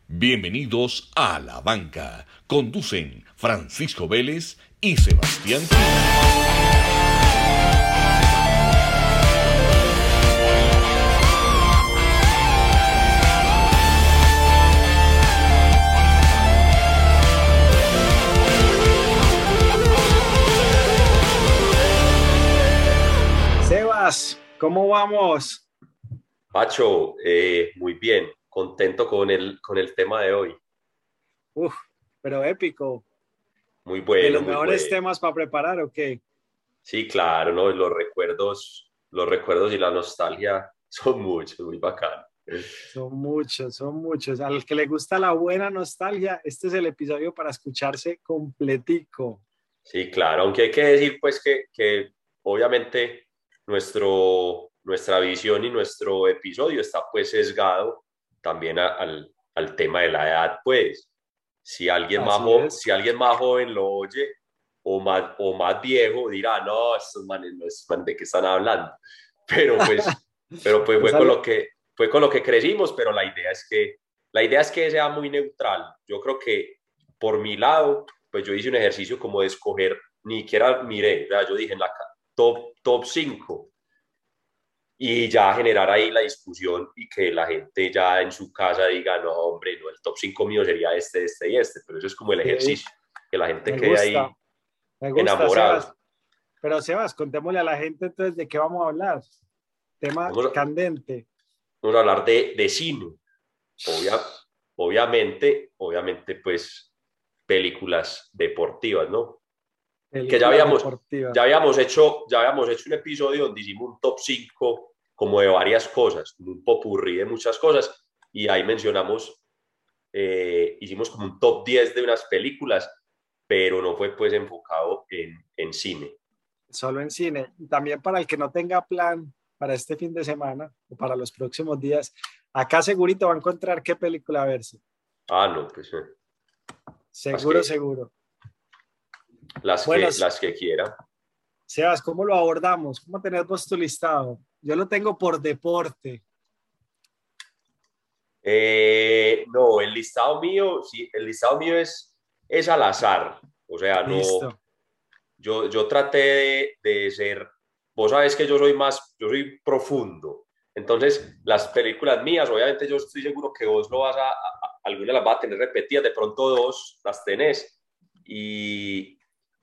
Bienvenidos a La Banca. Conducen Francisco Vélez y Sebastián Cruz. Sebas, ¿cómo vamos? Pacho, muy bien, contento con el tema de hoy. Uf, pero épico. Muy ¿De bueno, los muy mejores bueno. temas para preparar o qué? Sí, claro, ¿no? Los recuerdos y la nostalgia son muchos, muy bacán. Son muchos, son muchos. Al que le gusta la buena nostalgia, este es el episodio para escucharse completico. Sí, claro, aunque hay que decir pues que obviamente nuestra visión y nuestro episodio está pues sesgado también al tema de la edad, pues. Así es. Si alguien más joven lo oye o más viejo dirá, no, estos manes de qué están hablando. Pero pues, pero pues Esa le- fue con lo que crecimos, pero la idea es que sea muy neutral. Yo creo que por mi lado, pues yo hice un ejercicio como de escoger, ni siquiera miré, o sea, yo dije en la top 5 y ya generar ahí la discusión y que la gente ya en su casa diga, no, hombre, no, el top 5 mío sería este y este, pero eso es como el Sí, ejercicio, que la gente me quede gusta, ahí me gusta, Sebas. enamorado. Pero Sebas, contémosle a la gente entonces de qué vamos a hablar. Tema Vamos a, candente. vamos a hablar de cine, Obvia, obviamente, pues películas deportivas, ¿no? Que Películas deportivas. ya habíamos hecho un episodio donde hicimos un top 5 como de varias cosas, un popurrí de muchas cosas, y ahí mencionamos, hicimos como un top 10 de unas películas, pero no fue pues enfocado en cine. Solo en cine. También para el que no tenga plan para este fin de semana o para los próximos días, acá segurito va a encontrar qué película verse. Ah, no, pues las Seguro, que, seguro. Bueno, las que quiera. Sebas, ¿cómo lo abordamos? ¿Cómo tenés vos tu listado? Yo lo tengo por deporte. No, el listado mío, sí, el listado mío es al azar. O sea, no, Listo. yo traté de ser, vos sabes que yo soy profundo. Entonces, las películas mías, obviamente yo estoy seguro que vos lo algunas las vas a tener repetidas, de pronto dos las tenés. Y,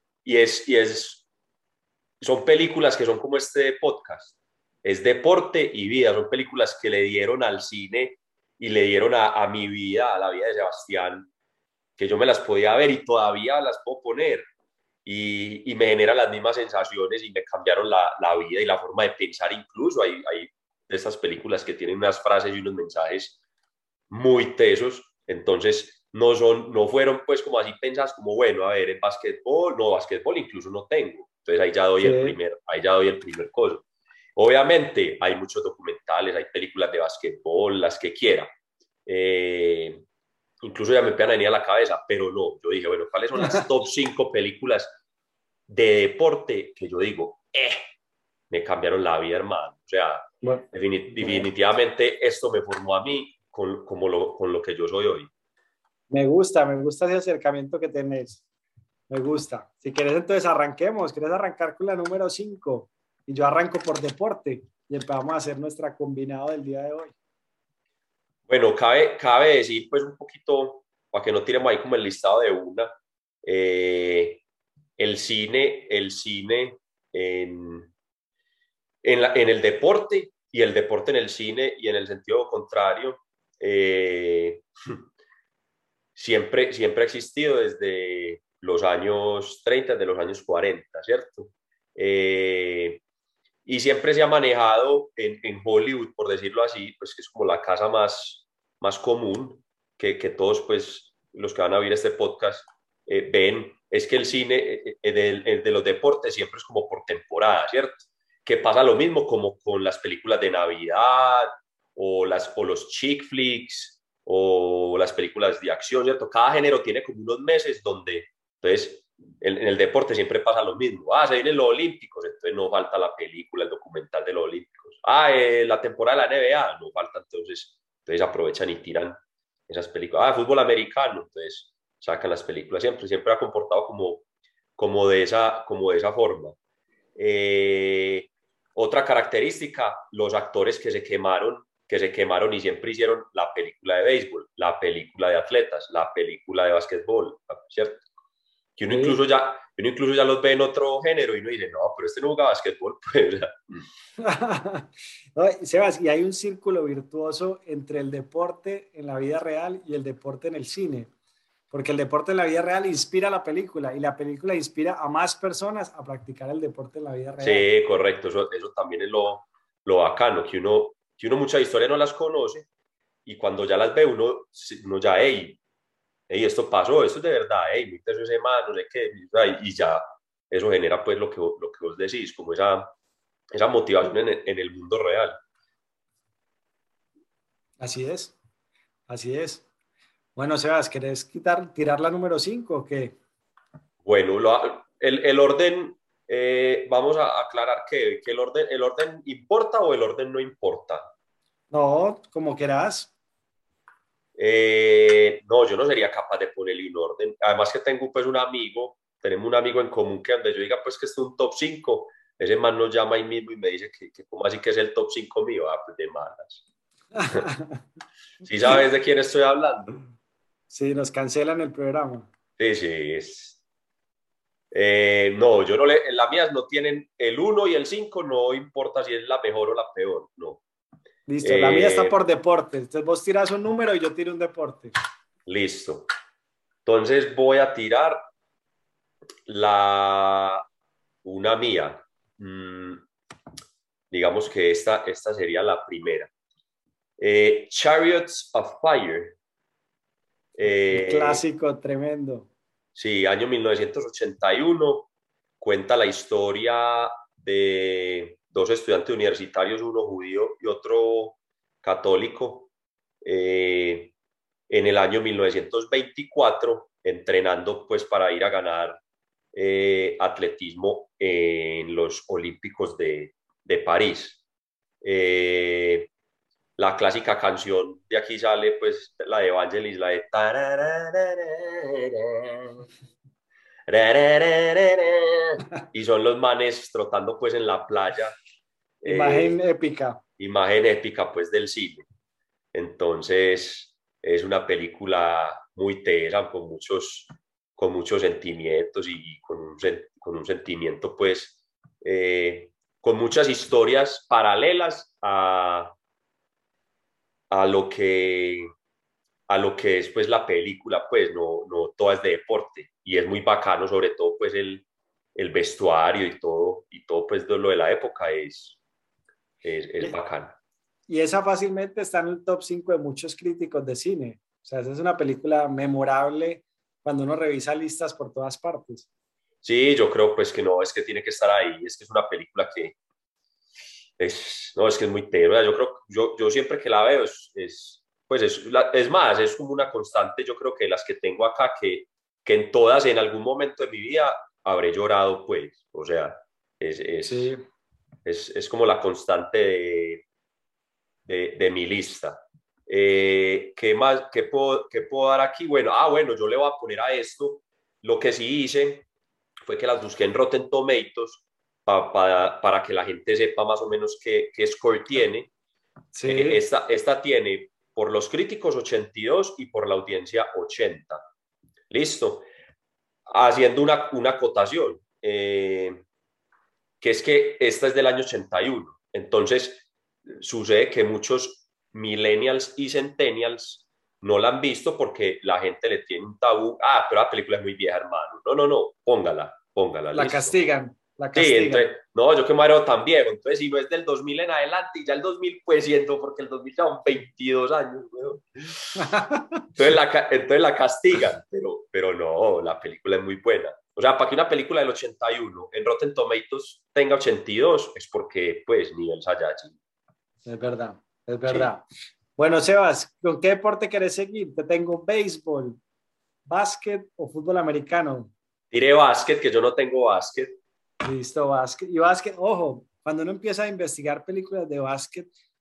son películas que son como este podcast. Es deporte y vida, son películas que le dieron al cine y le dieron a mi vida, a la vida de Sebastián, que yo me las podía ver y todavía las puedo poner y me generan las mismas sensaciones y me cambiaron la vida y la forma de pensar incluso. Hay de estas películas que tienen unas frases y unos mensajes muy tesos, entonces no fueron pues como así pensadas como, bueno, a ver, en básquetbol, no, básquetbol incluso no tengo, entonces Sí, ahí ya doy el primer coso. Obviamente hay muchos documentales, hay películas de básquetbol, las que quiera. Eh, Incluso ya me empiezan a venir a la cabeza, pero no, yo dije, bueno, ¿cuáles son las top 5 películas de deporte que yo digo, me cambiaron la vida, hermano? O sea, bueno, bueno. definitivamente esto me formó a mí con lo que yo soy hoy. Me gusta ese acercamiento que tenés. Me gusta. Si querés, entonces arranquemos. ¿Querés arrancar con la número 5? Y yo arranco por deporte y empezamos a hacer nuestra combinado del día de hoy. Bueno, cabe decir pues un poquito, para que no tiremos ahí como el listado de una, eh, el cine en el deporte y el deporte en el cine y en el sentido contrario, eh, siempre ha existido desde los años 30, de los años 40, ¿cierto? Eh, y siempre se ha manejado en Hollywood, por decirlo así, pues que es como la casa más común que todos, pues, los que van a oír este podcast ven, es que el cine de los deportes siempre es como por temporada, ¿cierto? Que pasa lo mismo como con las películas de Navidad o los chick flicks o las películas de acción, ¿cierto? Cada género tiene como unos meses donde, entonces, en el deporte siempre pasa lo mismo. Ah, se vienen los Olímpicos, entonces no falta la película, el documental de los Olímpicos. Ah, la temporada de la NBA, no falta, entonces aprovechan y tiran esas películas. Fútbol americano, entonces sacan las películas, siempre ha comportado como de esa forma. Otra característica, los actores que se quemaron y siempre hicieron la película de béisbol, la película de atletas, la película de básquetbol, ¿cierto? Que Sí. uno incluso ya los ve en otro género y uno dice, no, pero este no juega básquetbol, pues. No, Sebas, y hay un círculo virtuoso entre el deporte en la vida real y el deporte en el cine, porque el deporte en la vida real inspira a la película y la película inspira a más personas a practicar el deporte en la vida real. Sí, correcto, eso también es lo bacano, que uno muchas historias no las conoce y cuando ya las ve uno ya, hey, esto pasó, esto es de verdad, hey, mira eso ese man, no sé qué, y ya eso genera pues lo que vos decís, como esa motivación en el mundo real. Así es, así es. Bueno, Sebas, ¿querés tirar la número 5 o qué? Bueno, el orden, vamos a aclarar que el orden importa o el orden no importa. No, como querás. No, yo no sería capaz de ponerle un orden. Además que tenemos un amigo en común que donde yo diga pues que es un top 5 ese man nos llama ahí mismo y me dice que cómo así que es el top 5 mío, pues de malas. ¿Sí sabes de quién estoy hablando? Sí, nos cancelan el programa. Sí, sí, no, yo no las mías no tienen el uno y el 5 no importa si es la mejor o la peor, no. Listo, la mía está Eh, por deporte. Entonces vos tiras un número y yo tiro un deporte. Listo. Entonces voy a tirar la una mía. Mm, digamos que esta sería la primera. Chariots of Fire. El Eh, clásico tremendo. sí, año 1981. Cuenta la historia de dos estudiantes universitarios, uno judío y otro católico, en el año 1924, entrenando pues para ir a ganar atletismo en los Olímpicos de París. Eh, la clásica canción de aquí sale, pues la de Evangelis, la de y son los manes trotando pues en la playa, Imagen eh, épica. imagen épica pues del cine. Entonces es una película muy tesa, con muchos sentimientos y con un sentimiento pues, con muchas historias paralelas a lo que a lo que es pues la película, pues no toda es de deporte y es muy bacano, sobre todo pues el vestuario y todo pues de lo de la época es Y bacano. y esa fácilmente está en el top 5 de muchos críticos de cine. O sea, esa es una película memorable cuando uno revisa listas por todas partes. Sí, yo creo pues que no, es que tiene que estar ahí, es que es una película que no, es que es muy tierna, yo creo, yo siempre que la veo pues es más, es como una constante, yo creo que las que tengo acá, que en todas, en algún momento de mi vida, habré llorado, pues, o sea, es, Sí. es, es como la constante de mi lista. ¿Qué más? ¿Qué puedo dar aquí? Bueno, yo le voy a poner a esto. Lo que sí hice fue que las busqué en Rotten Tomatoes para que la gente sepa más o menos qué score tiene. Sí. Esta tiene por los críticos 82 y por la audiencia 80. Listo. Haciendo una acotación, que es que esta es del año 81. Entonces, sucede que muchos millennials y centennials no la han visto porque la gente le tiene un tabú. Pero la película es muy vieja, hermano. No, no, no, póngala, La listo. castigan, la Sí, castigan. entonces, no, yo que me era tan viejo, entonces si no es del 2000 en adelante, y ya el 2000 pues siento, porque el 2000 ya son 22 años, weón. Entonces la castigan, pero no, la película es muy buena. O sea, para que una película del 81 en Rotten Tomatoes tenga 82 es porque, pues, nivel Saiyajin. Es verdad, es Sí. verdad. Bueno, Sebas, ¿con qué deporte querés seguir? Te tengo béisbol, básquet o fútbol americano. Diré básquet, que yo no tengo básquet. Listo, básquet. Y básquet, ojo, cuando uno empieza a investigar películas de básquet,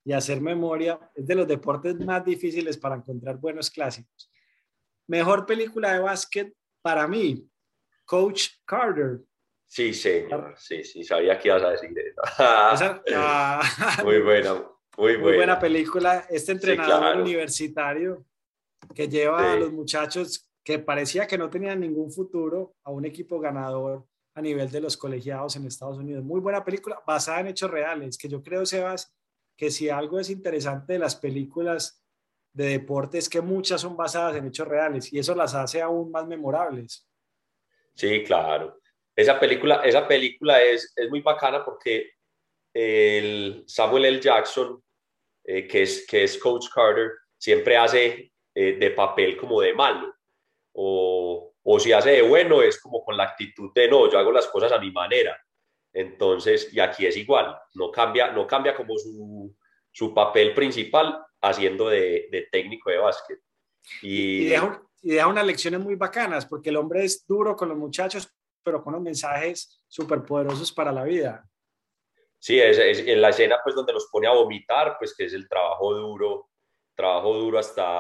y hacer memoria. Es de los deportes más difíciles para encontrar buenos clásicos. Mejor película de básquet para mí, Coach Carter. Sí, señor. Sí, sí, sabía que ibas a decir eso. Muy buena, muy muy buena buena. película. Este Sí, entrenador claro. universitario que lleva a los Sí. muchachos que parecía que no tenían ningún futuro a un equipo ganador a nivel de los colegiados en Estados Unidos. Muy buena película basada en hechos reales, que yo creo, Sebas, que si algo es interesante de las películas de deporte es que muchas son basadas en hechos reales y eso las hace aún más memorables. Sí, claro. Esa película es muy bacana porque el Samuel L. Jackson, que es Coach Carter, siempre hace de papel como de malo. O si hace de bueno, es como con la actitud de no, yo hago las cosas a mi manera. Entonces, y aquí es igual, no cambia como su papel principal haciendo de técnico de básquet. Y Y deja unas lecciones muy bacanas porque el hombre es duro con los muchachos, pero con unos mensajes súper poderosos para la vida. sí, es en la escena pues donde los pone a vomitar, pues que es el trabajo duro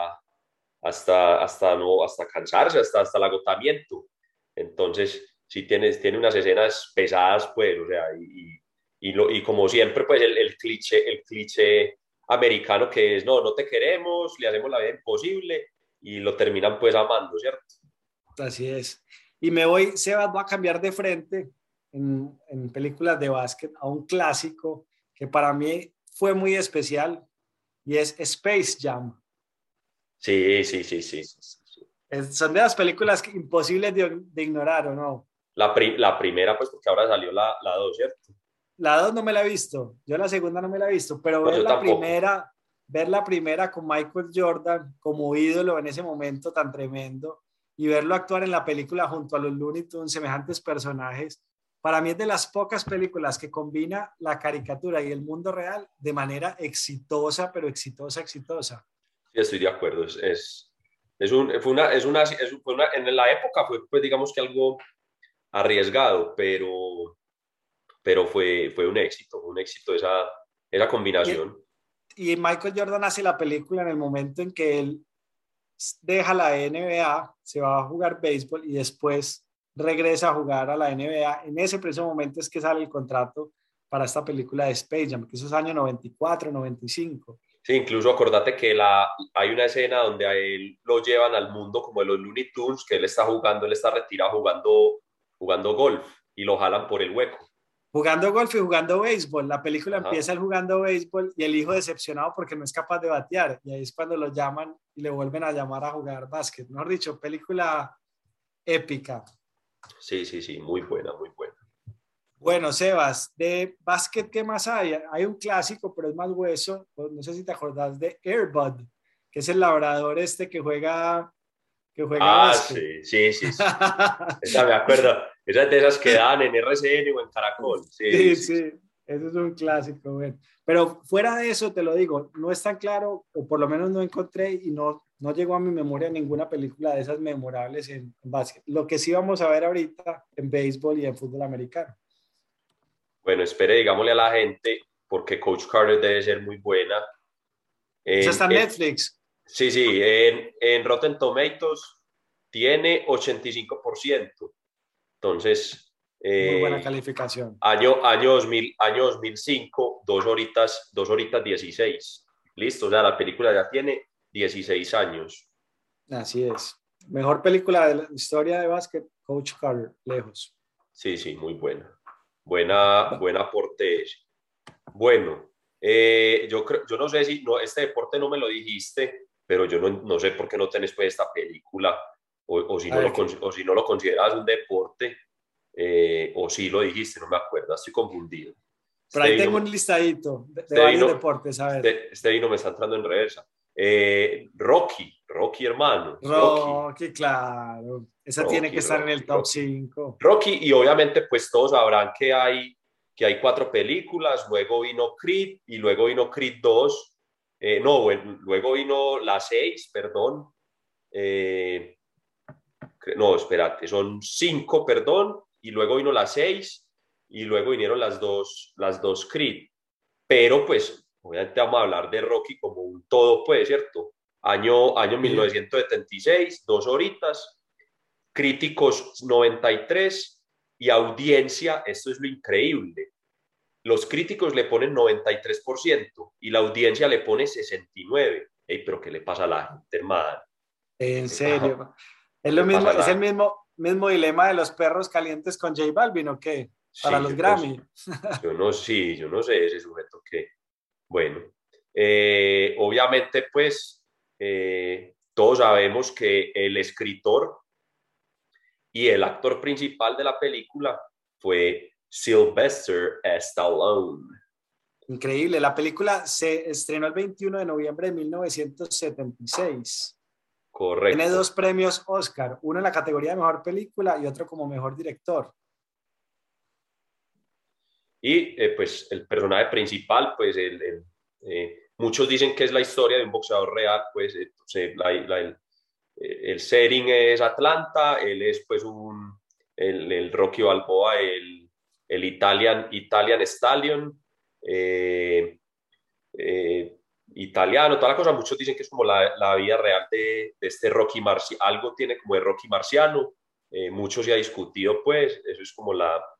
hasta cansarse, hasta el agotamiento. Entonces, sí tiene unas escenas pesadas, pues, o sea, y como siempre, pues el cliché americano que es, no, no te queremos, le hacemos la vida imposible y lo terminan pues amando, ¿cierto? Así es. Y me voy, Sebas, va a cambiar de frente en películas de básquet a un clásico que para mí fue muy especial y es Space Jam. Sí, sí, sí, sí. Son de las películas imposibles de ignorar, ¿o no? La primera, pues, porque ahora salió la dos, ¿cierto? La dos no me la he visto, yo la segunda no me la he visto, pero No, yo tampoco. ver la primera con Michael Jordan como ídolo en ese momento tan tremendo y verlo actuar en la película junto a los Looney Tunes, semejantes personajes, para mí es de las pocas películas que combina la caricatura y el mundo real de manera exitosa, pero exitosa, exitosa. Sí, estoy de acuerdo. En la época fue, pues, digamos que algo arriesgado, pero fue un éxito esa Y, combinación. y Michael Jordan hace la película en el momento en que él deja la NBA, se va a jugar béisbol y después regresa a jugar a la NBA. En ese preciso momento es que sale el contrato para esta película de Space Jam, que eso es año 94, 95. Sí, incluso acordate que hay una escena donde a él lo llevan al mundo como de los Looney Tunes, que él está retirado jugando golf y lo jalan por el hueco. Jugando golf y jugando béisbol. La película Ajá. empieza él jugando béisbol y el hijo decepcionado porque no es capaz de batear. Y ahí es cuando lo llaman y le vuelven a llamar a jugar básquet. Mejor dicho, película épica. Sí, sí, sí, muy buena, muy buena. Bueno, Sebas, de básquet, ¿qué más hay? Hay un clásico, pero es más hueso. No sé si te acordás de Air Bud, que es el labrador este que juega Ah, básquet. sí, sí, sí, sí. Esa me acuerdo. Esa es de esas que dan en RCN o en Caracol. Sí, Sí, sí, sí. sí, eso es un clásico, bueno. Pero fuera de eso, te lo digo, no es tan claro, o por lo menos no encontré y no llegó a mi memoria ninguna película de esas memorables en básquet. Lo que sí vamos a ver ahorita en béisbol y en fútbol americano. Bueno, espere, digámosle a la gente, porque Coach Carter debe ser muy buena. Esa En, está en en- Netflix. sí, sí, en Rotten Tomatoes tiene 85%. Entonces, Muy buena calificación. año 2005, 2 horitas 16. Listo, o sea, la película ya tiene 16 años. Así es. Mejor película de la historia de básquet, Coach Carter, lejos. Sí, sí, muy buena. Buena aporte ese. Bueno, yo no sé si este deporte no me lo dijiste, pero yo no sé por qué no tenés pues esta película o si A ver qué. o si no lo consideras un deporte o si lo dijiste, no me acuerdo, estoy confundido. Pero Este ahí vino, tengo un listadito de este varios vino, deportes. A ver. este vino me está entrando en reversa. Rocky, hermano, Rocky, Rocky, claro. Esa tiene que Rocky, estar en el Rocky, top Rocky. 5. Rocky, y obviamente pues todos sabrán que hay 4 películas, luego vino Creed y luego vino Creed 2, no, bueno, luego vino la 6, perdón, eh, no, espérate, son 5, perdón, y luego vino la 6 y luego vinieron las dos Creed, pero pues obviamente vamos a hablar de Rocky como un todo, pues, ¿cierto? Año Sí. 1976, 2 horitas, críticos 93 y audiencia, esto es lo increíble. Los críticos le ponen 93% y la audiencia le pone 69%. Ey, pero ¿qué le pasa a la gente, hermano? En ¿Qué pasa? serio. ¿Qué Es lo le pasa mismo, a es el la... mismo dilema de los perros calientes con J Balvin, ¿o qué? Para Sí, los Grammy. yo no sé ese sujeto que... Bueno, obviamente, pues, todos sabemos que el escritor y el actor principal de la película fue Sylvester Stallone. Increíble. La película se estrenó el 21 de noviembre de 1976. Tiene Correcto. 2 premios Oscar, uno en la categoría de mejor película y otro como mejor director. Y pues el personaje principal, pues muchos dicen que es la historia de un boxeador real, pues el setting es Atlanta, él es pues el Rocky Balboa, el Italian Stallion, eh, italiano, toda la cosa, muchos dicen que es como la vida real de este Rocky Marciano, algo tiene como de Rocky Marciano, mucho se ha discutido, pues, eso es como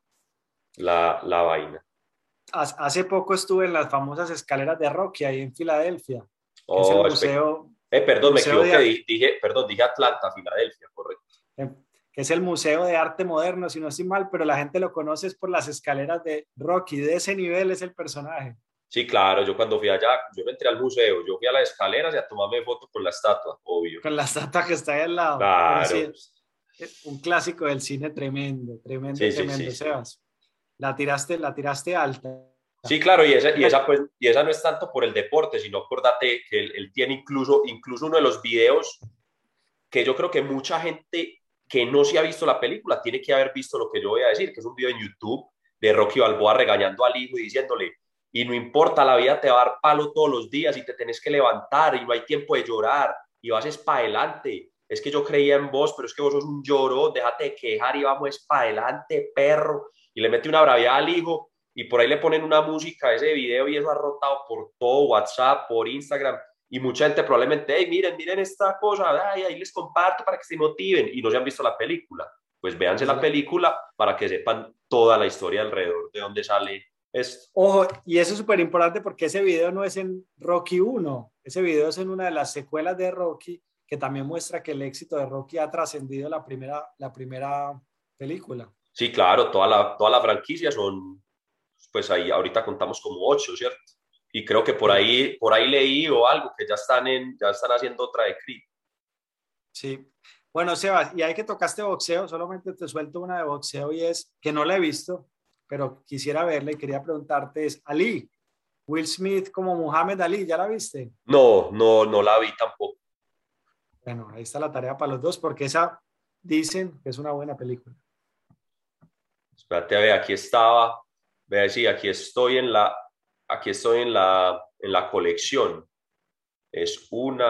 la vaina. Hace poco estuve en las famosas escaleras de Rocky, ahí en Filadelfia, que es el Oh, perdón, me museo equivoqué, dije Atlanta, Filadelfia, correcto. eh, que es el Museo de Arte Moderno, si no estoy mal, pero la gente lo conoce es por las escaleras de Rocky, de ese nivel es el personaje. Sí, claro, yo cuando fui allá, yo no entré al museo, yo fui a las escaleras y a tomarme fotos con la estatua, obvio. Con la estatua que está ahí al lado, pero Claro, sí, un clásico del cine tremendo, tremendo, sí, sí, sí, tremendo, sí. Sebas. La tiraste alta. Sí, claro, y esa no es tanto por el deporte, sino acuérdate que él tiene incluso uno de los videos que yo creo que mucha gente que no se ha visto la película tiene que haber visto lo que yo voy a decir, que es un video en YouTube de Rocky Balboa regañando al hijo y diciéndole, y no importa, la vida te va a dar palo todos los días y te tenés que levantar y no hay tiempo de llorar y vas es para adelante. Es que yo creía en vos, pero es que vos sos un llorón, déjate de quejar y vamos es para adelante, perro. Y le mete una braviada al hijo y por ahí le ponen una música a ese video y eso ha rotado por todo WhatsApp, por Instagram y mucha gente probablemente, hey, miren esta cosa, ay, ahí les comparto para que se motiven y no se han visto la película. Pues véanse la película para que sepan toda la historia alrededor de dónde sale esto. Ojo, y eso es súper importante porque ese video no es en Rocky 1, ese video es en una de las secuelas de Rocky que también muestra que el éxito de Rocky ha trascendido la primera película. Sí, claro, toda la franquicia son, pues ahí ahorita contamos como 8, ¿cierto? Y creo que por ahí leí o algo que ya están haciendo otra de Creed. Sí. Bueno, Sebas, y hay que tocaste boxeo, solamente te suelto una de boxeo y es que no la he visto, pero quisiera verla y quería preguntarte, es Ali, Will Smith como Muhammad Ali, ¿ya la viste? No la vi tampoco. Bueno, ahí está la tarea para los dos, porque esa dicen que es una buena película. Espérate, a ver, aquí estaba, ve, sí, aquí estoy en la colección. Es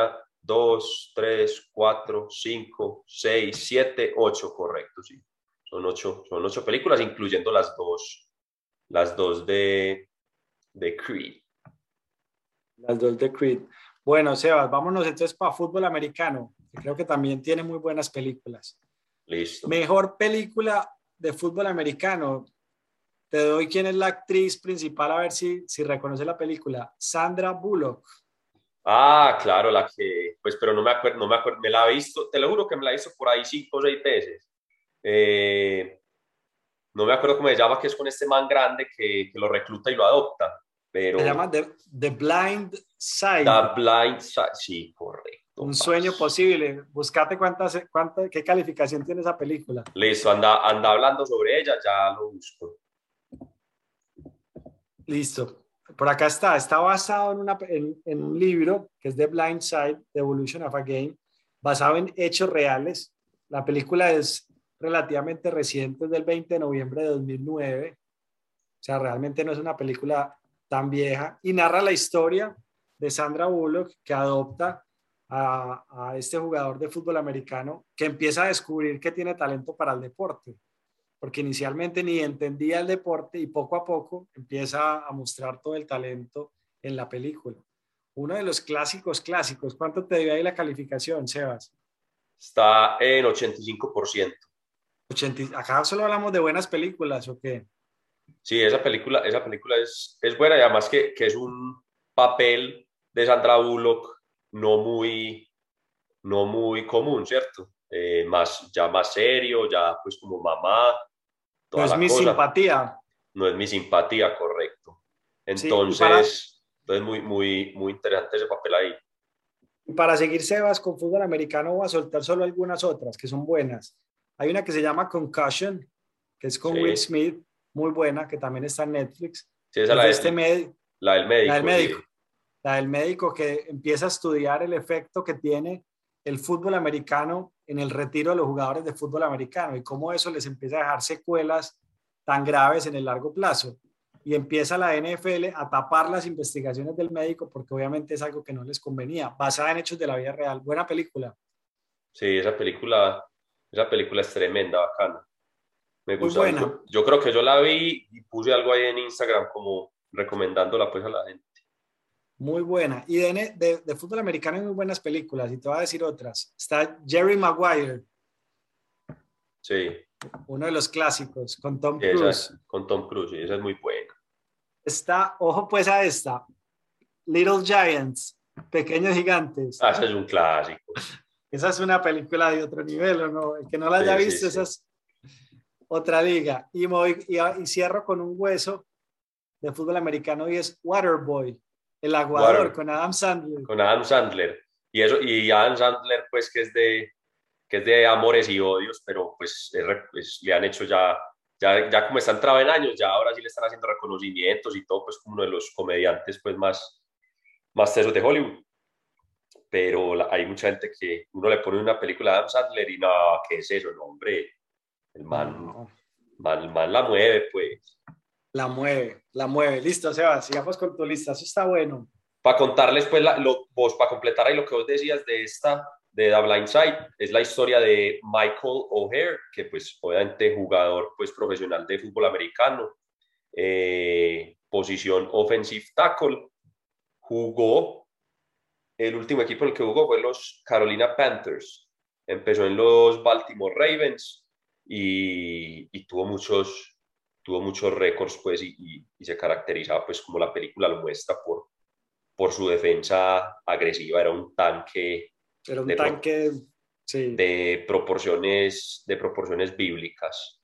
1, 2, 3, 4, 5, 6, 7, 8, correcto, sí. Son 8 películas, incluyendo las dos de Creed. Las dos de Creed. Bueno, Sebas, vámonos entonces para fútbol americano, que creo que también tiene muy buenas películas. Listo. Mejor película de fútbol americano. Te doy quién es la actriz principal, a ver si reconoce la película. Sandra Bullock. Ah, claro, la que, pues, pero no me acuerdo, me la he visto, te lo juro que me la he visto por ahí 5 o 6 veces. No me acuerdo cómo se llama, que es con este man grande que lo recluta y lo adopta, Se llama pero The Blind Side. The Blind Side, sí, correcto, Un sueño parce. posible. Buscate qué calificación tiene esa película. Listo, anda hablando sobre ella, ya lo busco. Listo. Por acá está basado en un libro que es The Blind Side, The Evolution of a Game, basado en hechos reales. La película es relativamente reciente, es del 20 de noviembre de 2009. O sea, realmente no es una película tan vieja y narra la historia de Sandra Bullock que adopta a este jugador de fútbol americano que empieza a descubrir que tiene talento para el deporte, porque inicialmente ni entendía el deporte y poco a poco empieza a mostrar todo el talento en la película. Uno de los clásicos clásicos. ¿Cuánto te dio ahí la calificación, Sebas? Está en 85%. 80, acá solo hablamos de buenas películas, ¿o qué? Sí, esa película es buena y además que es un papel de Sandra Bullock no muy común, ¿cierto? Ya más serio, ya pues como mamá, No toda es la mi cosa. simpatía. No es mi simpatía, correcto. Sí, y Entonces muy interesante ese papel ahí. para seguir, Sebas, con fútbol americano voy a soltar solo algunas otras que son buenas. Hay una que se llama Concussion, que es con Will Sí, Smith, muy buena, que también está en Netflix. sí, esa es Es de este médico, la del la del médico, médico, sí. la del médico que empieza a estudiar el efecto que tiene el fútbol americano en el retiro de los jugadores de fútbol americano y cómo eso les empieza a dejar secuelas tan graves en el largo plazo. Y empieza la NFL a tapar las investigaciones del médico porque obviamente es algo que no les convenía, basada en hechos de la vida real. Buena película. Sí, esa película es tremenda, bacana. Me Muy gusta. buena, Yo creo que yo la vi y puse algo ahí en Instagram como recomendándola pues a la gente. muy buena. Y de fútbol americano hay muy buenas películas y te voy a decir otras. Está Jerry Maguire, Sí, uno de los clásicos, con Tom y esa Cruise. con Tom Cruise, sí, esa es muy buena. Está, ojo pues a esta, Little Giants, Pequeños Gigantes. Ah, esa es un clásico. Esa es una película de otro nivel, ¿o no? El que no la haya Sí, sí, visto, sí. esa es otra liga. Y cierro con un hueso de fútbol americano y es Waterboy, el aguador, Water, con Adam Sandler. con Adam Sandler. Y Adam Sandler, pues, que es de amores y odios, pero pues le han hecho ya como está entrado en años, ya ahora sí le están haciendo reconocimientos y todo, pues como uno de los comediantes pues más tesos de Hollywood. Pero hay mucha gente que uno le pone una película de Adam Sandler y no, ¿qué es eso? No, hombre, el man, No, el man la mueve, pues. la mueve, la mueve. Listo, Sebas, sigamos con tu lista. Eso está bueno. Para contarles, pues, vos, para completar ahí lo que vos decías de The Blind Side, es la historia de Michael O'Hare, que pues obviamente jugador pues profesional de fútbol americano, posición offensive tackle, jugó, el último equipo en el que jugó fue los Carolina Panthers, empezó en los Baltimore Ravens y tuvo muchos récords pues y se caracterizaba pues como la película lo muestra por su defensa agresiva, era un tanque Era un de, pro, tanque, sí. de proporciones bíblicas.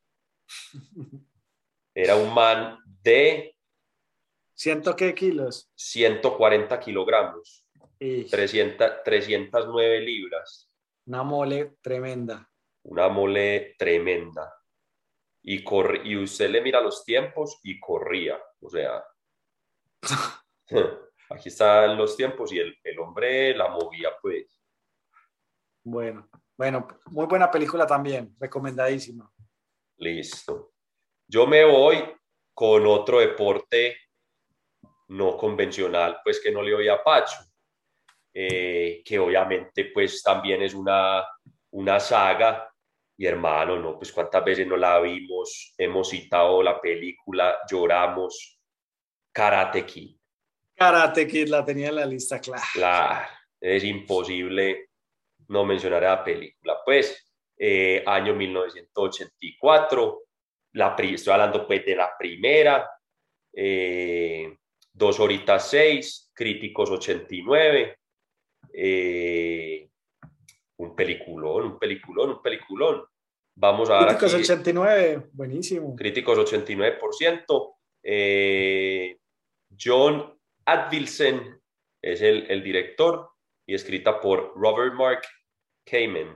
Era un man de ¿Ciento qué kilos? 140 kilogramos, Y 309 libras, una mole tremenda. una mole tremenda. Y usted le mira los tiempos y corría, o sea, aquí están los tiempos y el hombre la movía pues. Bueno, bueno, muy buena película también, recomendadísima. Listo. Yo me voy con otro deporte no convencional, pues que no le voy a Pacho, que obviamente pues también es una saga, y hermano, ¿no? Pues cuántas veces no la vimos, hemos citado la película, lloramos, Karate Kid. Karate Kid la tenía en la lista, claro. Es imposible no mencionar a la película. Pues, año 1984, estoy hablando pues de la primera, 2 horitas 6, críticos 89, un peliculón, un peliculón, un peliculón. Vamos a ver Críticos aquí, 89, buenísimo. críticos 89%. John Advilsen es el director y escrita por Robert Mark Kamen.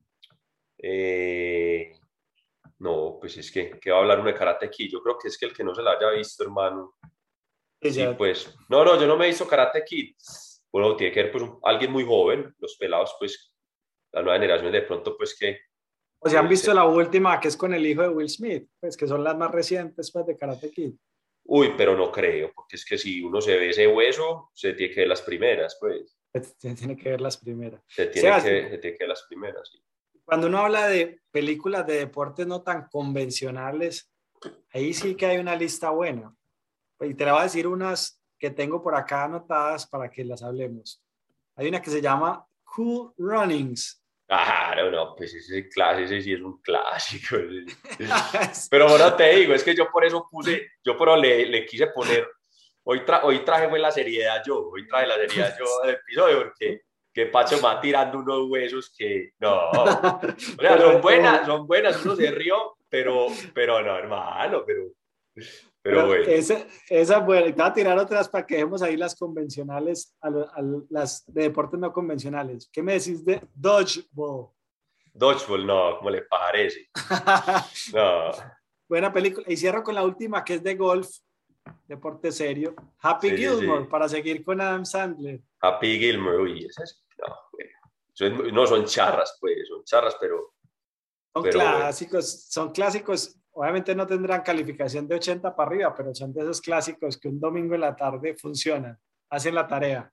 No, pues es que va a hablar uno de Karate Kid. Yo creo que es que el que no se la haya visto, hermano. Sí, Ella, pues. No, yo no me he visto Karate Kid. Bueno, tiene que ver pues alguien muy joven, los pelados, pues, la nueva generación de pronto, pues o sea, han visto la última que es con el hijo de Will Smith, pues que son las más recientes pues, de Karate Kid. Uy, pero no creo, porque es que si uno se ve ese hueso, se tiene que ver las primeras, pues. Se tiene que ver las primeras. Se tiene que ver las primeras, sí. Cuando uno habla de películas de deportes no tan convencionales, ahí sí que hay una lista buena. Y te la voy a decir unas que tengo por acá anotadas para que las hablemos. Hay una que se llama Cool Runnings. Claro, no, pues ese sí es un clásico. Pero bueno, te digo, es que yo por eso le quise poner, hoy traje fue la seriedad yo, hoy traje la seriedad yo del episodio, porque que Pacho me va tirando unos huesos que, no, o sea, son buenas, uno se rió, pero no, hermano, pero Pero bueno. esa buena. Y te voy a tirar otras para que dejemos ahí las convencionales, las de deportes no convencionales. ¿Qué me decís de Dodgeball? Dodgeball, no, ¿cómo le parece? No, Buena película. Y cierro con la última, que es de golf, deporte serio. Happy sí, sí, Gilmore, sí. para seguir con Adam Sandler. Happy Gilmore, uy, no, güey. No son charras, pues, son charras, pero bueno. Son clásicos. Obviamente no tendrán calificación de 80 para arriba, pero son de esos clásicos que un domingo en la tarde funcionan, hacen la tarea.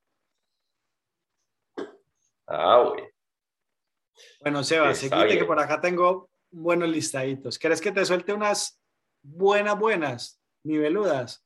Ah, güey, Bueno, Sebas, está seguite que por bien. acá tengo buenos listaditos. ¿Quieres que te suelte unas buenas, niveludas?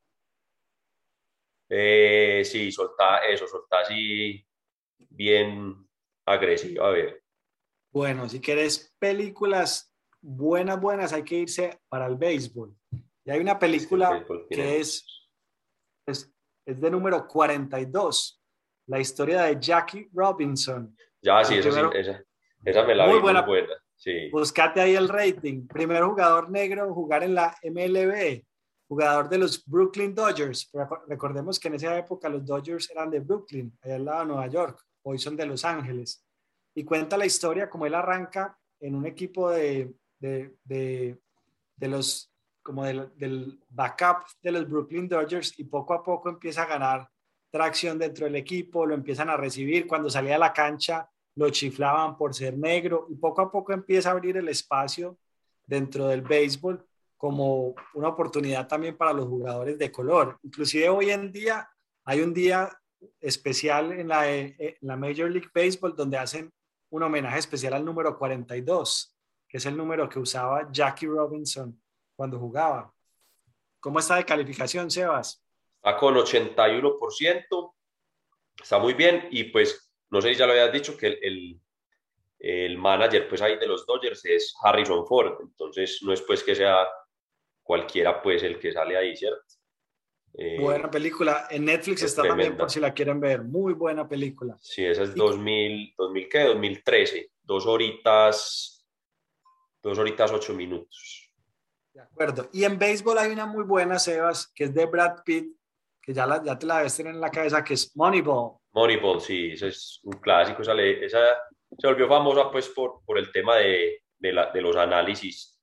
Sí, soltá así bien agresivo. A ver, Bueno, si quieres películas buenas, hay que irse para el béisbol. Y hay una es que el película béisbol tiene que muchos. es de número 42, la historia de Jackie Robinson. Ya, sí, El primero, esa me la muy vi muy buena. buena. Sí, Buscate ahí el rating. Primer jugador negro en jugar en la MLB, jugador de los Brooklyn Dodgers. Recordemos que en esa época los Dodgers eran de Brooklyn, allá al lado de Nueva York. Hoy son de Los Ángeles. Y cuenta la historia como él arranca en un equipo de los, como del backup de los Brooklyn Dodgers y poco a poco empieza a ganar tracción dentro del equipo, lo empiezan a recibir. Cuando salía a la cancha lo chiflaban por ser negro y poco a poco empieza a abrir el espacio dentro del béisbol como una oportunidad también para los jugadores de color. Inclusive hoy en día hay un día especial en la Major League Baseball donde hacen un homenaje especial al número 42, que es el número que usaba Jackie Robinson cuando jugaba. ¿Cómo está de calificación, Sebas? está con 81%, está muy bien. Y pues, no sé si ya lo habías dicho, que el manager pues ahí de los Dodgers es Harrison Ford. Entonces, no es pues que sea cualquiera pues el que sale ahí, ¿cierto? Buena película. En Netflix Es está también por tremenda. si la quieren ver. Muy buena película. Sí, esa es Y, 2000 ¿qué? 2013. 2 horitas 8 minutos. de acuerdo. Y en béisbol hay una muy buena, Sebas, que es de Brad Pitt, que ya te la debes tener en la cabeza, que es Moneyball. Moneyball, sí, ese es un clásico. Esa se volvió famosa pues por el tema de los análisis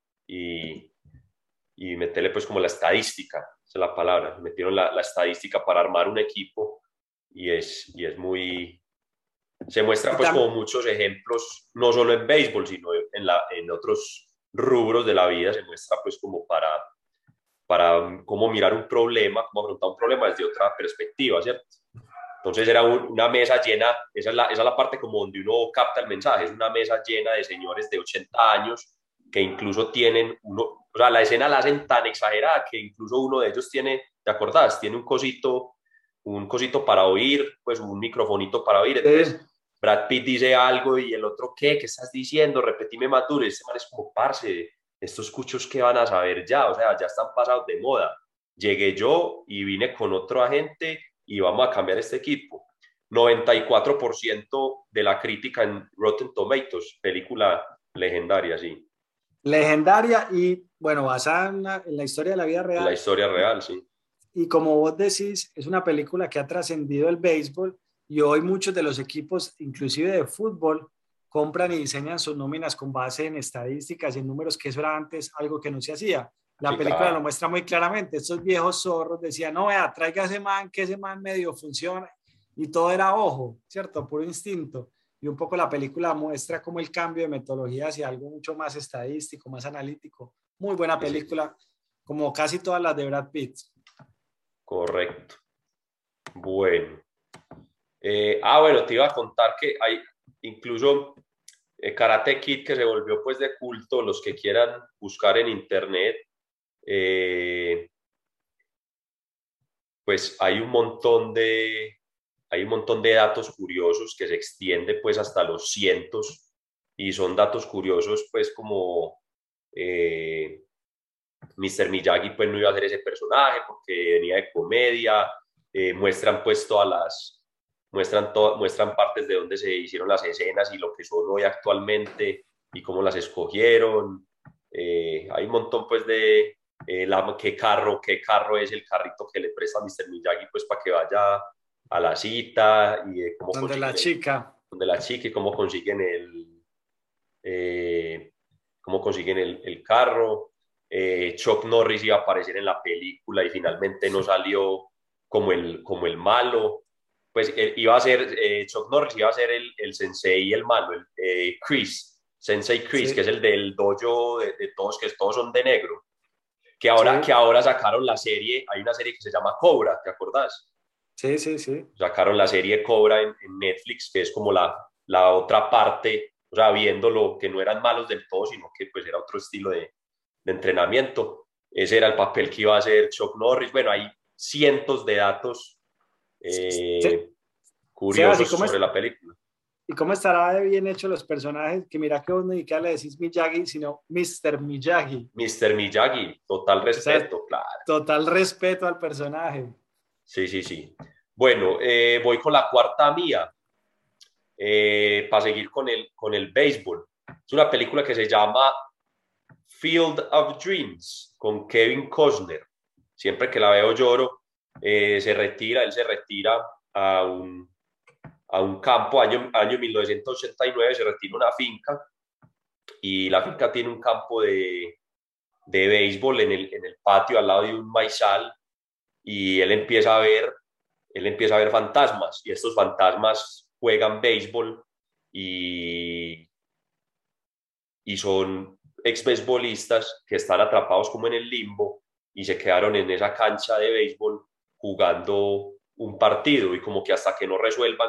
y meterle pues como la estadística, esa es la palabra. Metieron la estadística para armar un equipo y es muy. Se muestra Y pues como tam, muchos ejemplos, no solo en béisbol, sino en otros rubros de la vida. Se muestra pues como para cómo mirar un problema, cómo afrontar un problema desde otra perspectiva, ¿cierto? Entonces era una mesa llena, esa es la parte como donde uno capta el mensaje, es una mesa llena de señores de 80 años que incluso tienen o sea, la escena la hacen tan exagerada que incluso uno de ellos tiene, ¿te acordás? Tiene un cosito para oír, pues un microfonito para oír. Entonces Brad Pitt dice algo y el otro, ¿qué estás diciendo? Repetime más duro. Y este man es como, parce, estos cuchos que van a saber ya, o sea, ya están pasados de moda. Llegué yo y vine con otro agente y vamos a cambiar este equipo. 94% de la crítica en Rotten Tomatoes, película legendaria, sí. legendaria y, bueno, basada en la historia de la vida En la real. historia real, sí. Y como vos decís, es una película que ha trascendido el béisbol y hoy muchos de los equipos, inclusive de fútbol, compran y diseñan sus nóminas con base en estadísticas y en números, que eso era antes algo que no se hacía. La Sí, película lo claro. muestra muy claramente. Estos viejos zorros decían, no, vea, traiga ese man, que ese man medio funciona. Y todo era ojo, ¿cierto? Puro instinto. Y un poco la película muestra como el cambio de metodología hacia algo mucho más estadístico, más analítico. Muy buena Sí, sí, película, como casi todas las de Brad Pitt. correcto. Bueno. Bueno, te iba a contar que hay incluso Karate Kid que se volvió pues de culto, los que quieran buscar en internet. pues hay un montón de datos curiosos que se extiende pues hasta los cientos, y son datos curiosos pues como Mr. Miyagi pues no iba a ser ese personaje porque venía de comedia. Muestran pues muestran partes de donde se hicieron las escenas y lo que son hoy actualmente y cómo las escogieron. Hay un montón pues de qué carro es el carrito que le presta a Mr. Miyagi pues para que vaya a la cita, y cómo Donde la chica. donde la chica, y eh, cómo consiguen el carro. Chuck Norris iba a aparecer en la película y finalmente no salió como el malo. Pues iba a ser, Chuck Norris iba a ser el sensei, el malo, Sensei Chris, Sí, que es el del dojo de todos, que todos son de negro. sí, Que ahora sacaron la serie, hay una serie que se llama Cobra, ¿te acordás? sí, sí, sí. Sacaron la serie Cobra en Netflix, que es como la otra parte, o sea, viéndolo, que no eran malos del todo, sino que pues era otro estilo de entrenamiento. Ese era el papel que iba a hacer Chuck Norris. Bueno, hay cientos de datos Se- Sebas, curiosos sobre la película. ¿y cómo estará de bien hecho los personajes? Que mira que vos ni siquiera le decís Miyagi, sino Mr. Miyagi. Mr. Miyagi, total O sea, respeto, claro. total respeto al personaje. Sí, sí, sí. Bueno, voy con la cuarta mía, para seguir con el béisbol. Es una película que se llama Field of Dreams, con Kevin Costner. Siempre que la veo lloro. Él se retira a un campo, año 1989, se retira a una finca, y la finca tiene un campo de béisbol en el patio al lado de un maizal, y él empieza a ver fantasmas, y estos fantasmas juegan béisbol, y, y son ex beisbolistas que están atrapados como en el limbo y se quedaron en esa cancha de béisbol jugando un partido, y como que hasta que no resuelvan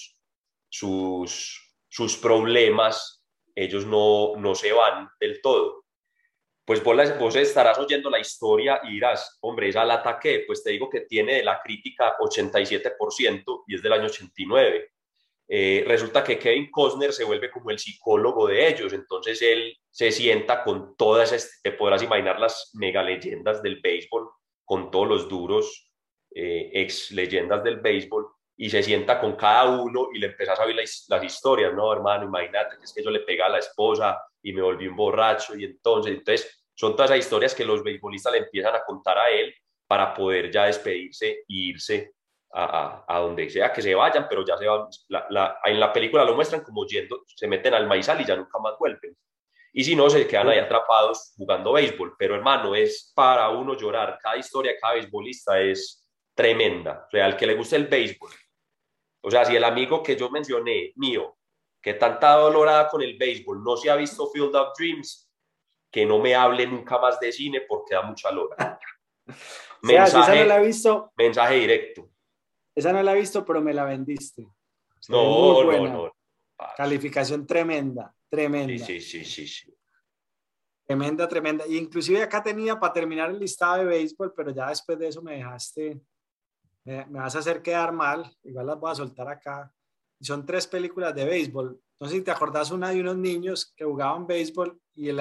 sus problemas, ellos no se van del todo. Pues vos estarás oyendo la historia y dirás, hombre, esa la ataqué. Pues te digo que tiene de la crítica 87% y es del año 89. Resulta que Kevin Costner se vuelve como el psicólogo de ellos, entonces él se sienta con todas, te podrás imaginar las mega leyendas del béisbol, con todos los duros ex leyendas del béisbol, y se sienta con cada uno y le empezás a oír las historias. No, hermano, imagínate que es que yo le pegué a la esposa y me volví un borracho, y entonces son todas esas historias que los beisbolistas le empiezan a contar a él para poder ya despedirse e irse a donde sea que se vayan, pero ya se van. En la película lo muestran como yendo, se meten al maizal y ya nunca más vuelven. Y si no, se quedan ahí atrapados jugando béisbol. Pero hermano, es para uno llorar. Cada historia, cada beisbolista es tremenda. O sea, al que le gusta el béisbol. O sea, si el amigo que yo mencioné, mío, que tanta dolorada con el béisbol, no se ha visto Field of Dreams, que no me hable nunca más de cine porque da mucha lora. O sea, si esa no la he visto, Mensaje directo. esa no la he visto, pero me la vendiste. Se ve muy No, no, buena. no. Calificación tremenda, Sí, tremenda. sí, sí, sí, sí. Tremenda, tremenda. Y inclusive acá tenía para terminar el listado de béisbol, pero ya después de eso me dejaste, me vas a hacer quedar mal. Igual las voy a soltar acá. Y son 3 películas de béisbol. No sé si te acordás una de unos niños que jugaban béisbol y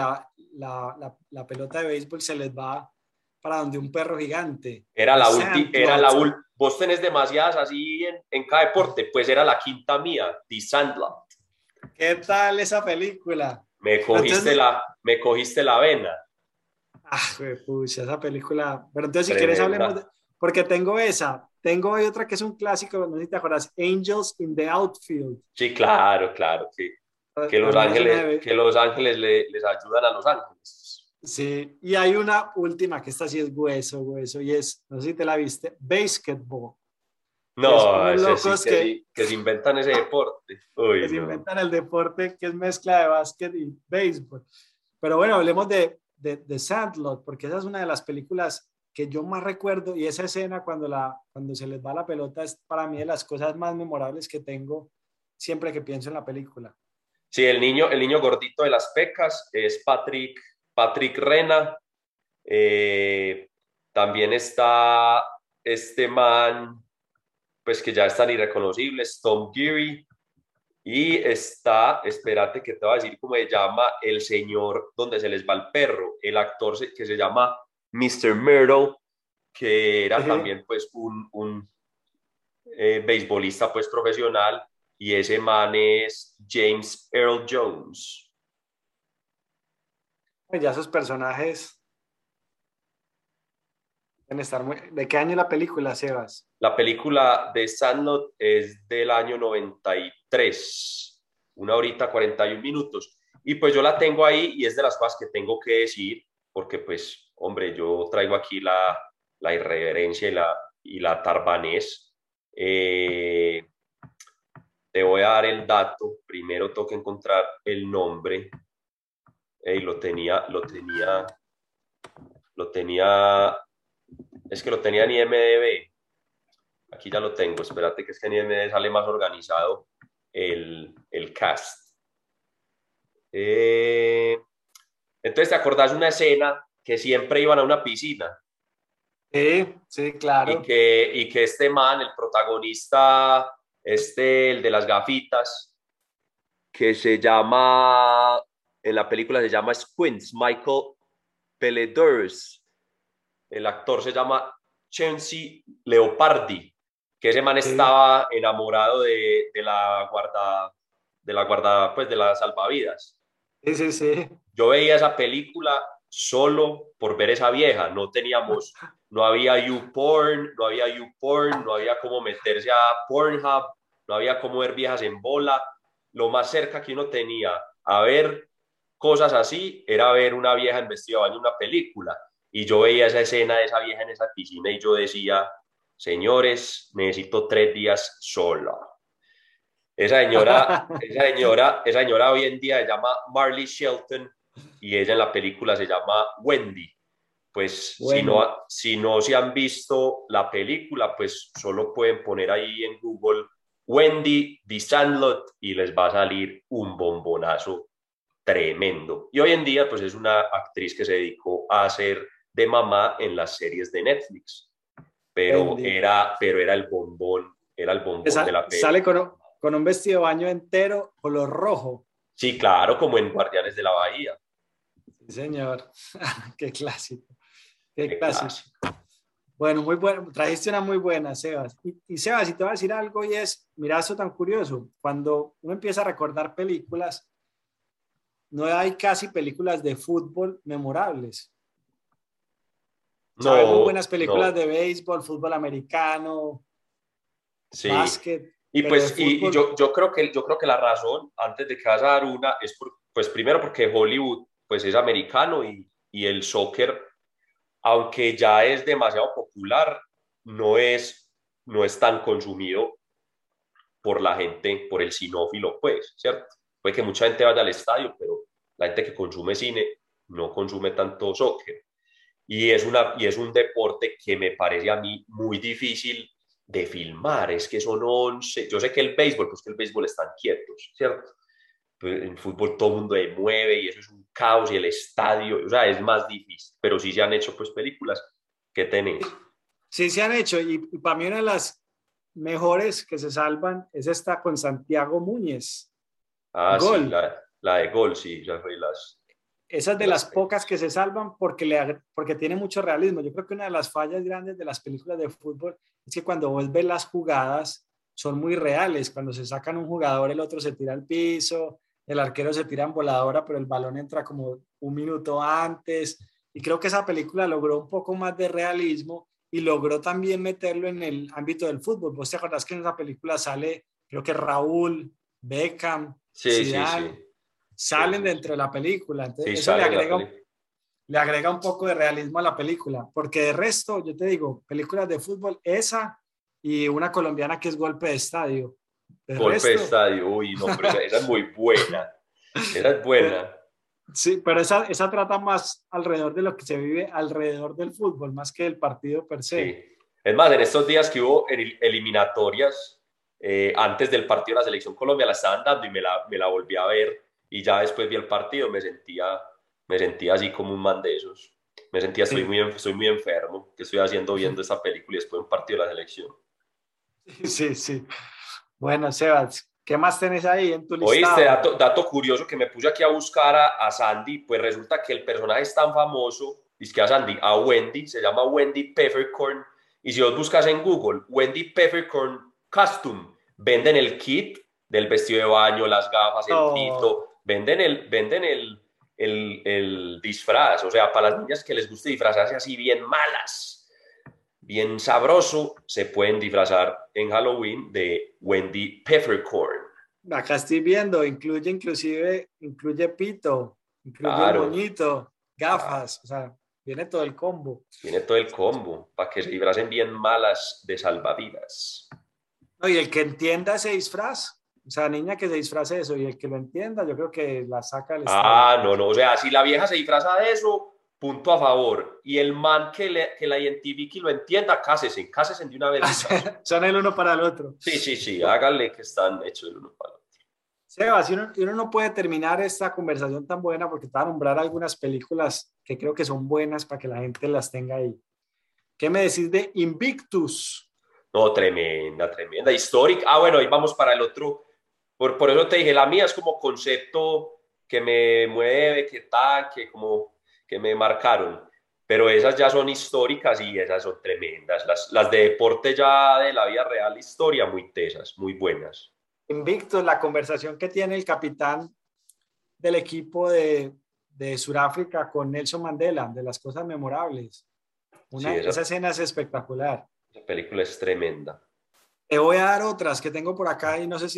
la pelota de béisbol se les va para donde un perro gigante. Era The la última, Sandlot. vos tenés demasiadas así en cada deporte, pues era la quinta mía, The Sandlot. ¿Qué tal esa película? Me Pero cogiste entonces, me cogiste la vena. pucha, esa película. Pero entonces, si quieres, hablemos de. Tremenda. Porque tengo esa. Tengo hoy otra que es un clásico, no sé si te acuerdas, Angels in the Outfield. Sí, claro, claro, También es una que los ángeles les ayudan a los ángeles. Sí, y hay una última que esta sí es hueso, hueso, y es, no sé si te la viste, Basketball, que es No, unos ese sí locos que, que se inventan ese deporte. Uy, que se no. inventan el deporte que es mezcla de básquet y béisbol. Pero bueno, hablemos de Sandlot, porque esa es una de las películas que yo más recuerdo, y esa escena cuando se les va la pelota es para mí de las cosas más memorables que tengo siempre que pienso en la película. Sí, el niño gordito de las pecas es Patrick Rena. Eh, también está este man, pues que ya es tan irreconocible, es Tom Geary. Y está, espérate que te voy a decir cómo se llama el señor donde se les va el perro, el actor que se llama Mr. Myrtle, que era también pues un beisbolista pues profesional, y ese man es James Earl Jones. Ya esos personajes deben estar muy... ¿De qué año es la película, Sebas? La película de Sandlot es del año 93, 1 hora 41 minutos. Y pues yo la tengo ahí y es de las cosas que tengo que decir, porque pues, hombre, yo traigo aquí la irreverencia y la tarbanés. Te voy a dar el dato. Primero tengo que encontrar el nombre. Es que lo tenía en IMDb. Aquí ya lo tengo, espérate que es que en IMDb sale más organizado el cast. Entonces, ¿te acordás de una escena que siempre iban a una piscina? Sí, claro. Y que este man, el protagonista, el de las gafitas, que se llama, en la película se llama Squints, Michael Peledurs. El actor se llama Chauncey Leopardi, que ese man estaba enamorado de la guarda, pues de las salvavidas. Sí. Yo veía esa película solo por ver esa vieja. No había YouPorn, no había cómo meterse a Pornhub, no había cómo ver viejas en bola. Lo más cerca que uno tenía a ver cosas así era ver una vieja en vestido de baño en una película. Y yo veía esa escena de esa vieja en esa piscina y yo decía, señores, necesito 3 días sola. Esa señora hoy en día se llama Marley Shelton y ella en la película se llama Wendy. Pues bueno. si no se han visto la película, pues solo pueden poner ahí en Google Wendy The Sandlot y les va a salir un bombonazo tremendo. Y hoy en día pues es una actriz que se dedicó a hacer de mamá en las series de Netflix, pero Wendy. era el bombón de la película. Sale con un vestido de baño entero, color rojo. Sí, claro, como en Guardianes de la Bahía. Sí, señor. Qué clásico. Qué clásico. Bueno, muy bueno. Trajiste una muy buena, Sebas. Y Sebas, si te voy a decir algo y es, mira, eso tan curioso. Cuando uno empieza a recordar películas, no hay casi películas de fútbol memorables. Sabemos buenas películas de béisbol, fútbol americano, sí. básquet. Y pues y yo creo que la razón, antes de que vas a dar una, es pues primero porque Hollywood pues es americano y el soccer, aunque ya es demasiado popular, no es tan consumido por la gente, por el cinófilo, pues, ¿cierto? Puede que mucha gente vaya al estadio, pero la gente que consume cine no consume tanto soccer. Y es un deporte que me parece a mí muy difícil de filmar. Es que son 11. Yo sé que el béisbol, pues que el béisbol están quietos, ¿cierto? Pues en fútbol todo el mundo se mueve y eso es un caos y el estadio, o sea, es más difícil. Pero sí se han hecho pues películas. ¿Qué tenés? Sí se han hecho y para mí una de las mejores que se salvan es esta con Santiago Muñez. Gol. Sí, la de Gol, sí, ya fue Esa es de las pocas que se salvan porque tiene mucho realismo. Yo creo que una de las fallas grandes de las películas de fútbol es que cuando vos ves las jugadas son muy reales. Cuando se sacan un jugador, el otro se tira al piso, el arquero se tira en voladora, pero el balón entra como un minuto antes. Y creo que esa película logró un poco más de realismo y logró también meterlo en el ámbito del fútbol. ¿Vos te acordás que en esa película sale, creo que Raúl, Beckham, Zidane? Sí. Salen dentro de la película, entonces sí, eso le agrega un poco de realismo a la película, porque de resto, yo te digo, películas de fútbol, esa y una colombiana que es Golpe de Estadio. Golpe de Estadio, uy, no, pero esa es muy buena, esa es buena. Sí, pero esa trata más alrededor de lo que se vive alrededor del fútbol, más que del partido per se. Sí. Es más, en estos días que hubo eliminatorias, antes del partido de la Selección Colombia la estaban dando y me la volví a ver y ya después vi el partido, me sentía así como un man de esos. me sentía, Sí, estoy muy enfermo, ¿qué estoy haciendo viendo esta película y después de un partido de la selección? sí, sí. Bueno, Sebas, ¿qué más tenés ahí en tu Oíste, listado? dato curioso que me puse aquí a buscar a Sandy, pues resulta que el personaje es tan famoso, es que a Sandy, a Wendy, se llama Wendy Peppercorn, y si vos buscas en Google, Wendy Peppercorn Costume, venden el kit del vestido de baño, las gafas, el Oh, trito, venden el disfraz, o sea, para las niñas que les guste disfrazarse así bien malas, bien sabroso, se pueden disfrazar en Halloween de Wendy Peppercorn. acá estoy viendo, incluye pito, incluye el Claro, moñito, claro. gafas, o sea, viene todo el combo. Tiene todo el combo para que se disfracen bien malas de salvavidas. No, y el que entienda ese disfraz, o sea, niña que se disfrace de eso y el que lo entienda, yo creo que la saca del estadio. Ah, no, no. O sea, si la vieja se disfraza de eso, punto a favor. Y el man que la identifique y lo entienda, cásese de una vez, muchachos. Son el uno para el otro. Sí, sí, sí, háganle que están hechos el uno para el otro. Sebas, y uno no puede terminar esta conversación tan buena porque te voy a nombrar algunas películas que creo que son buenas para que la gente las tenga ahí. ¿Qué me decís de Invictus? No, tremenda, tremenda. Histórica. Ah, bueno, ahí vamos para el otro. Por eso te dije, la mía es como concepto que me mueve, que tal, que como que me marcaron. Pero esas ya son históricas y esas son tremendas. Las de deporte ya de la vida real, historia, muy tesas, muy buenas. Invictus, la conversación que tiene el capitán del equipo de Sudáfrica con Nelson Mandela, de las cosas memorables. Sí, Esa escena es espectacular. esa película es tremenda. Te voy a dar otras que tengo por acá y no sé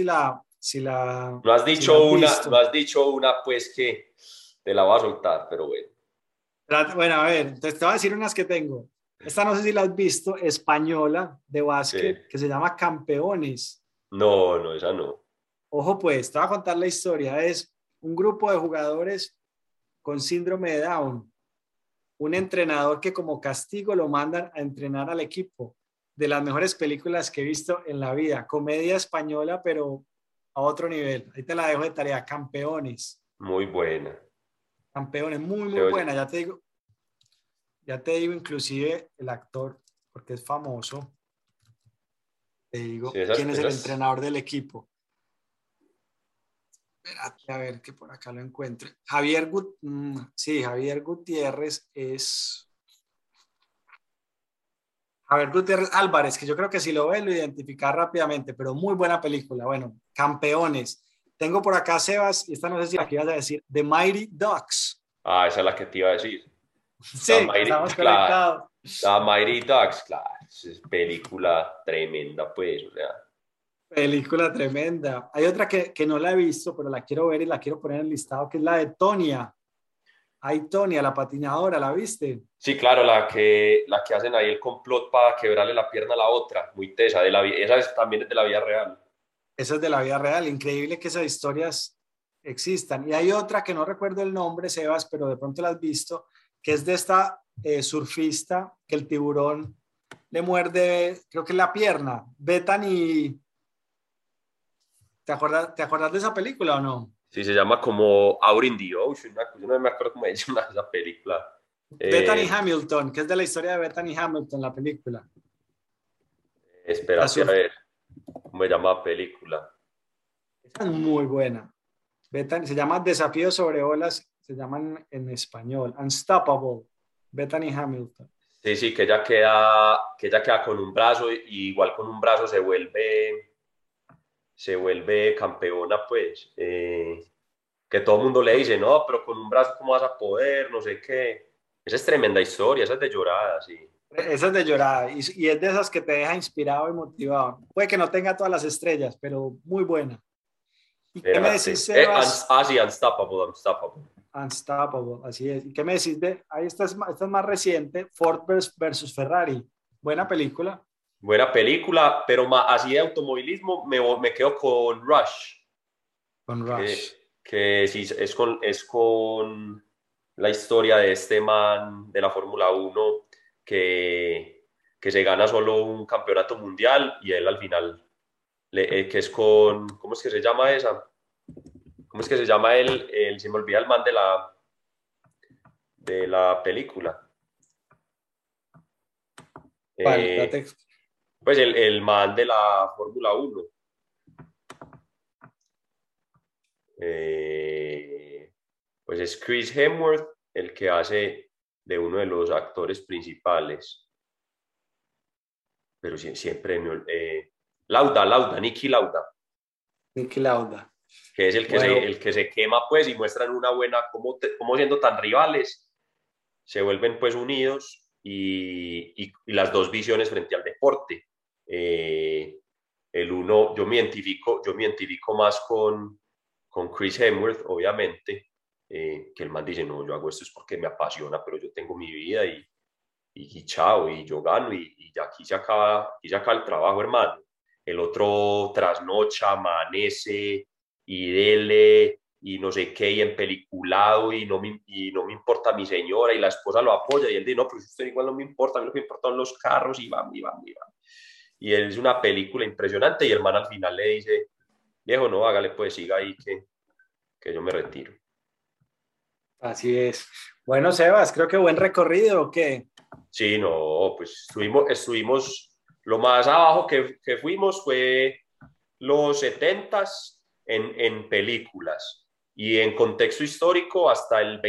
si la has No visto. has dicho una, pues que te la voy a soltar, pero bueno. Bueno, a ver, entonces te voy a decir unas que tengo. Esta no sé si la has visto, española de Sí. básquet, que se llama Campeones. No, no, esa no. Ojo, pues, te voy a contar la historia. Es un grupo de jugadores con síndrome de Down, un entrenador que como castigo lo mandan a entrenar al equipo. De las mejores películas que he visto en la vida. Comedia española, pero a otro nivel. Ahí te la dejo de tarea. Campeones. Muy buena. Campeones, muy, Se muy oye- buena. Ya te digo inclusive el actor, porque es famoso. Te Sí, digo quién es el esas. entrenador del equipo. Espérate a ver que por acá lo encuentre. Sí, Javier Gutiérrez es... Javier Gutiérrez Álvarez, que yo creo que si lo ves lo identificas rápidamente, pero muy buena película. Bueno, campeones. Tengo por acá, Sebas, y esta no sé si aquí vas a decir, The Mighty Ducks. Ah, esa es la que te iba a decir. Sí, estamos Claro, conectados. la Mighty Ducks, claro, es película tremenda, pues, o sea, Película tremenda. Hay otra que no la he visto, pero la quiero ver y la quiero poner en el listado, que es la de Tonia. Ay, Tonia, la patinadora, ¿la viste? sí, claro, la que hacen ahí el complot para quebrarle la pierna a la otra, muy tesa, también es de la vida real. Esa es de la vida real. Increíble que esas historias existan. Y hay otra que no recuerdo el nombre, Sebas, pero de pronto la has visto, que es de esta surfista que el tiburón le muerde, creo que es la pierna. Bethany, te acuerdas de esa película o no? Sí, se llama como Out in the Ocean, una cosa, no me acuerdo cómo se llama esa película. Bethany Eh, Hamilton, que es de la historia de Bethany Hamilton, la película. La espérate, a surf, ver, ¿cómo se llama la película? esa es muy buena. Bethany, se llama Desafío sobre olas, se llaman en español, Unstoppable, Bethany Hamilton. Sí, sí, que ella queda con un brazo y igual con un brazo se vuelve campeona, pues. Que todo el mundo le dice, no, pero con un brazo, ¿cómo vas a poder? No sé qué. Esa es tremenda historia, esa es de llorada, sí. Esa es de llorada y es de esas que te deja inspirado y motivado. Puede que no tenga todas las estrellas, pero muy buena. ¿Y qué me decís, Espérate. Sebas? Sí, Unstoppable, Unstoppable. Unstoppable, así es. ¿Y qué me decís de, ahí esta es más reciente, Ford versus Ferrari? Buena película, Buena película, pero así de automovilismo me quedo con Rush, con Rush. que sí, es con la historia de este man de la Fórmula 1 que se gana solo un campeonato mundial y él al final, que es con, ¿cómo es que se llama esa? ¿Cómo es que se llama se me olvida el man de la película? ¿Cuál? Pues el man de la Fórmula 1. Pues es Chris Hemsworth, el que hace de uno de los actores principales. Pero siempre Niki Lauda. Niki Lauda. Que es el que se quema, pues, y muestran una buena, como siendo tan rivales, se vuelven, pues, unidos y las dos visiones frente al deporte. El uno, yo me identifico más con Chris Hemsworth, obviamente, que el man dice, no, yo hago esto es porque me apasiona, pero yo tengo mi vida y chao, y yo gano, y ya aquí se acaba el trabajo, hermano. El otro trasnocha, amanece, y dele, y no sé qué, y en peliculado, y no me importa mi señora, y la esposa lo apoya, y él dice, no, pero usted igual no me importa, a mí lo que me importan los carros, y van. Y él es una película impresionante, y el man al final le dice, viejo, no, hágale, pues siga ahí, que yo me retiro. Así es. Bueno, Sebas, creo que buen recorrido, ¿o qué? Sí, no, pues estuvimos lo más abajo que fuimos fue los 70s en películas y en contexto histórico hasta el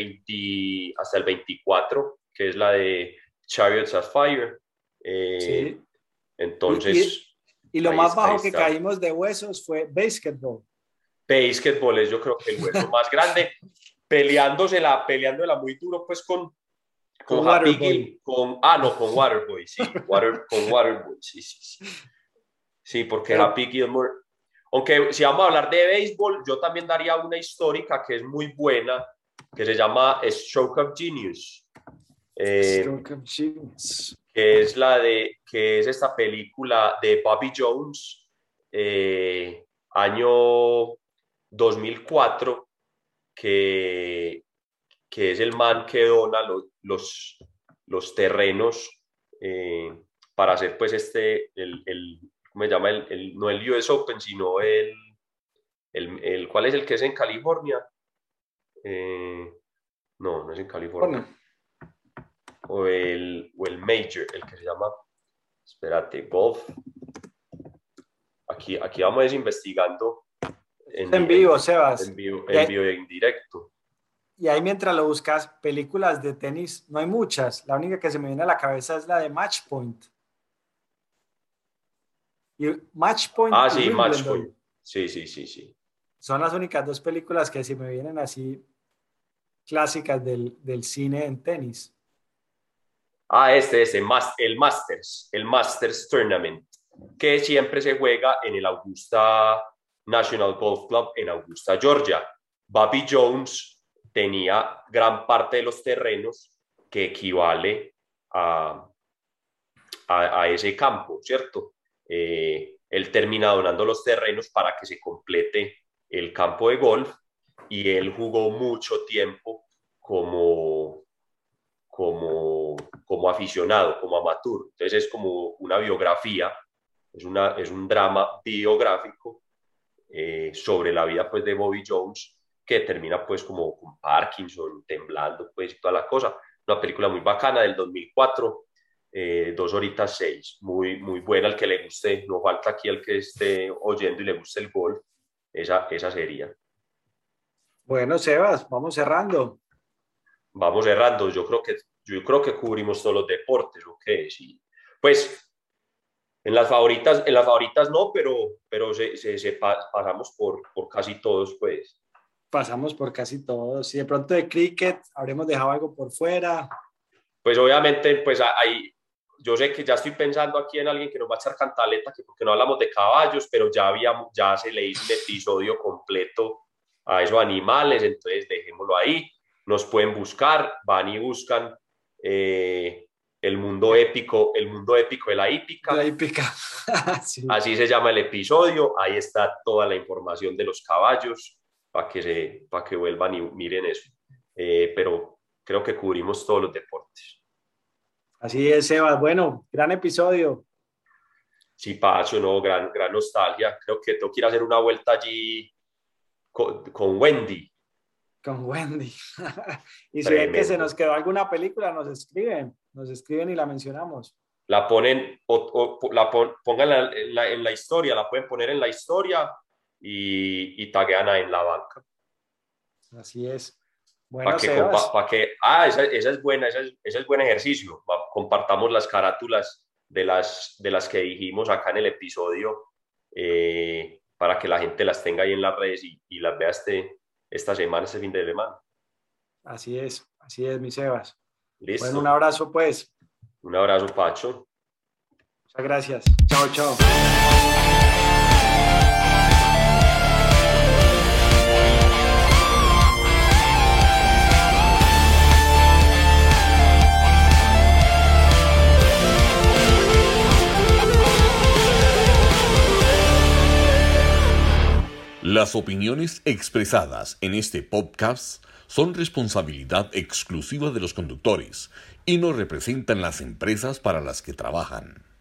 24, que es la de Chariots of Fire. Sí. Entonces, y lo más bajo que caímos de huesos fue Basketball. Basketball es yo creo que el hueso más grande, peleándola muy duro pues con Happy Gil, con Waterboy, sí, con Waterboy, sí. Sí, porque Happy Gilmore, aunque si vamos a hablar de béisbol, yo también daría una histórica que es muy buena, que se llama Stroke of Genius. Stroke of Genius. Que es esta película de Bobby Jones, año 2004, que es el man que dona los terrenos para hacer pues ¿cómo se llama? No el US Open, sino ¿cuál es el que es en California? No es en California. O el Major, el que se llama, espérate, Golf. Aquí vamos investigando. En vivo, Sebas. En vivo en directo. Y ahí mientras lo buscas, películas de tenis, no hay muchas. La única que se me viene a la cabeza es la de Match Point. Y Match Point y sí, Wimbledon. Match Point. Sí. Son las únicas dos películas que se me vienen así clásicas del cine en tenis. El Masters Tournament, que siempre se juega en el Augusta National Golf Club en Augusta, Georgia. Bobby Jones tenía gran parte de los terrenos que equivale a ese campo, ¿cierto? Él termina donando los terrenos para que se complete el campo de golf y él jugó mucho tiempo como aficionado, como amateur. Entonces es como una biografía, es un drama biográfico sobre la vida pues de Bobby Jones, que termina pues como con Parkinson, temblando pues y toda la cosa. Una película muy bacana del 2004, 2:06, muy buena. Al que le guste, no falta aquí el que esté oyendo y le guste el golf, esa sería. Bueno, Sebas, vamos cerrando. Yo creo que cubrimos todos los deportes, ¿o qué? Sí. Pues en las favoritas no, pero pasamos por casi todos, pues. Pasamos por casi todos. Y de pronto de cricket, habremos dejado algo por fuera. Pues obviamente, pues yo sé que ya estoy pensando aquí en alguien que nos va a echar cantaleta, que porque no hablamos de caballos, pero ya se le hizo un episodio completo a esos animales, entonces dejémoslo ahí. Nos pueden buscar, van y buscan el mundo épico de la hípica. La hípica. Sí. Así se llama el episodio. Ahí está toda la información de los caballos para que vuelvan y miren eso. Pero creo que cubrimos todos los deportes. Así es, Sebas. Bueno, gran episodio. Sí, Pacho, no, gran nostalgia. Creo que tengo que ir a hacer una vuelta allí con Wendy. Con Wendy. Y si ven que se nos quedó alguna película, nos escriben y la mencionamos. la ponen, pongan en la historia, la pueden poner en la historia y taguean ahí en la banca. Así es. Bueno, esa es buena, ese es buen ejercicio. Compartamos las carátulas de las que dijimos acá en el episodio, para que la gente las tenga ahí en las redes y las vea esta semana, este fin de semana. Así es, mi Sebas. Listo. Bueno, un abrazo pues. Un abrazo, Pacho. Muchas gracias. Chao, chao. Las opiniones expresadas en este podcast son responsabilidad exclusiva de los conductores y no representan las empresas para las que trabajan.